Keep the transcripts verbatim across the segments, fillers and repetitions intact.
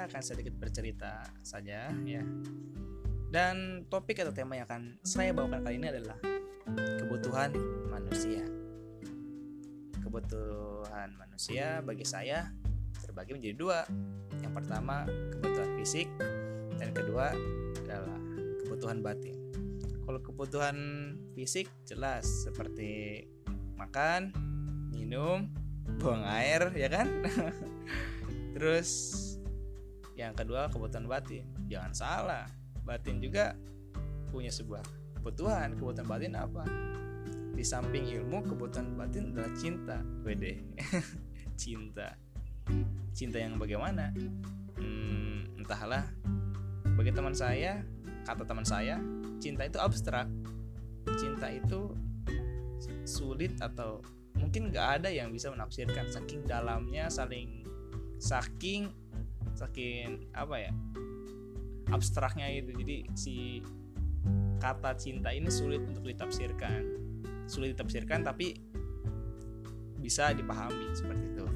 saya akan sedikit bercerita saja ya. Dan topik atau tema yang akan saya bawakan kali ini adalah kebutuhan manusia. Kebutuhan manusia bagi saya terbagi menjadi dua. Yang pertama kebutuhan fisik, dan kedua adalah kebutuhan batin. Kalau kebutuhan fisik jelas seperti makan, minum, buang air, ya kan? Terus yang kedua kebutuhan batin. Jangan salah, batin juga punya sebuah kebutuhan. Kebutuhan batin apa? Di samping ilmu, kebutuhan batin adalah cinta. Wede. Cinta. Cinta yang bagaimana? Hmm, entahlah. Bagi teman saya, kata teman saya, cinta itu abstrak. Cinta itu sulit atau mungkin gak ada yang bisa menafsirkan, saking dalamnya, saling saking saking apa ya, abstraknya itu. Jadi si kata cinta ini sulit untuk ditafsirkan, sulit ditafsirkan tapi bisa dipahami seperti itu.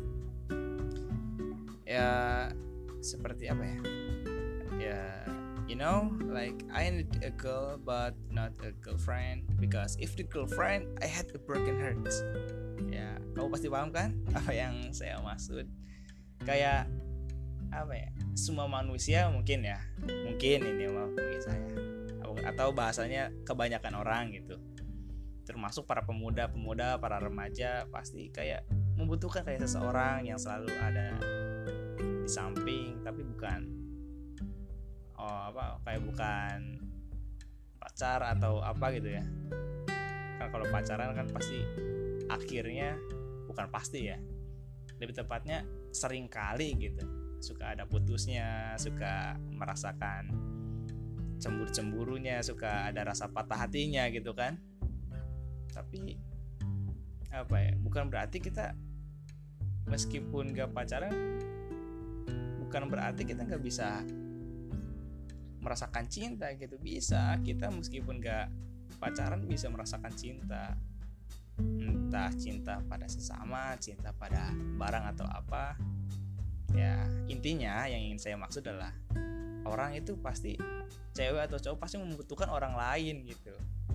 Ya seperti apa ya? Ya you know, like I need a girl but not a girlfriend, because if the girlfriend I had a broken heart. Ya, kamu pasti paham kan apa yang saya maksud? Kayak apa ya? Semua manusia mungkin ya, mungkin ini maaf bagi saya, atau bahasanya kebanyakan orang gitu, termasuk para pemuda-pemuda, para remaja, pasti kayak membutuhkan kayak seseorang yang selalu ada di samping, tapi bukan oh apa kayak bukan pacar atau apa gitu ya. Kan kalau pacaran kan pasti akhirnya, bukan pasti ya, lebih tepatnya sering kali gitu, suka ada putusnya, suka merasakan cemburu-cemburunya, suka ada rasa patah hatinya gitu kan. Tapi apa ya, bukan berarti kita meskipun gak pacaran, bukan berarti kita gak bisa merasakan cinta gitu. Bisa, kita meskipun gak pacaran bisa merasakan cinta, entah cinta pada sesama, cinta pada barang atau apa ya. Intinya yang ingin saya maksud adalah orang itu pasti, cewek atau cowok pasti membutuhkan orang lain gitu.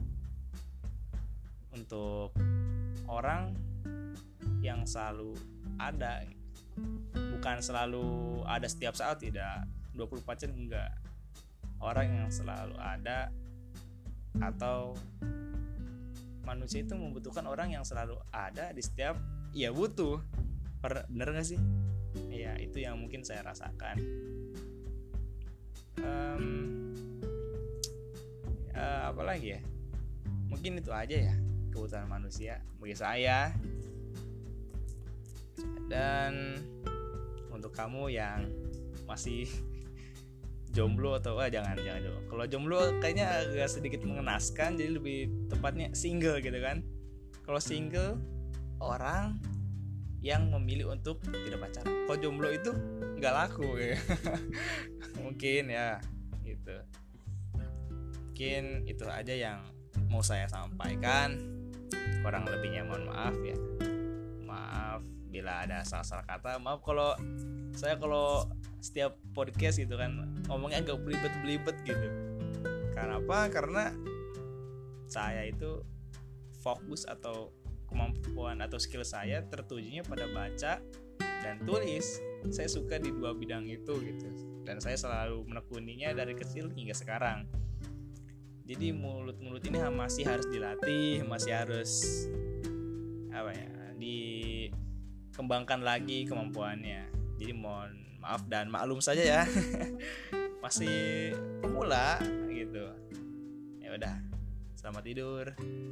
Untuk orang yang selalu ada, bukan selalu ada setiap saat, tidak dua puluh empat jam, enggak. Orang yang selalu ada, atau manusia itu membutuhkan orang yang selalu ada di setiap, ya butuh. Bener gak sih? Ya itu yang mungkin saya rasakan. um, uh, Apalagi ya, mungkin itu aja ya kebutuhan manusia bagi saya. Dan untuk kamu yang masih jomblo atau ah, jangan jangan jomblo. Kalau jomblo kayaknya agak sedikit mengenaskan, jadi lebih tepatnya single gitu kan. Kalau single, orang yang memilih untuk tidak pacaran. Kalau jomblo itu nggak laku ya. Mungkin ya gitu. Mungkin itu aja yang mau saya sampaikan. Kurang lebihnya mohon maaf ya. Maaf bila ada salah-salah kata. Maaf kalau saya kalau setiap podcast gitu kan ngomongnya agak belibet-belibet gitu. Karena apa? Karena saya itu fokus atau kemampuan atau skill saya tertujunya pada baca dan tulis. Saya suka di dua bidang itu gitu. Dan saya selalu menekuninya dari kecil hingga sekarang. Jadi mulut-mulut ini masih harus dilatih, masih harus apa ya, dikembangkan lagi kemampuannya. Jadi mohon maaf dan maklum saja ya. Masih pemula gitu. Ya udah, selamat tidur.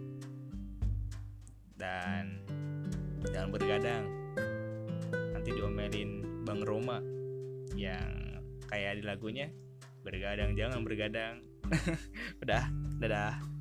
Dan jangan bergadang. Nanti diomelin Bang Roma yang kayak di lagunya, bergadang jangan bergadang. Udah, dadah.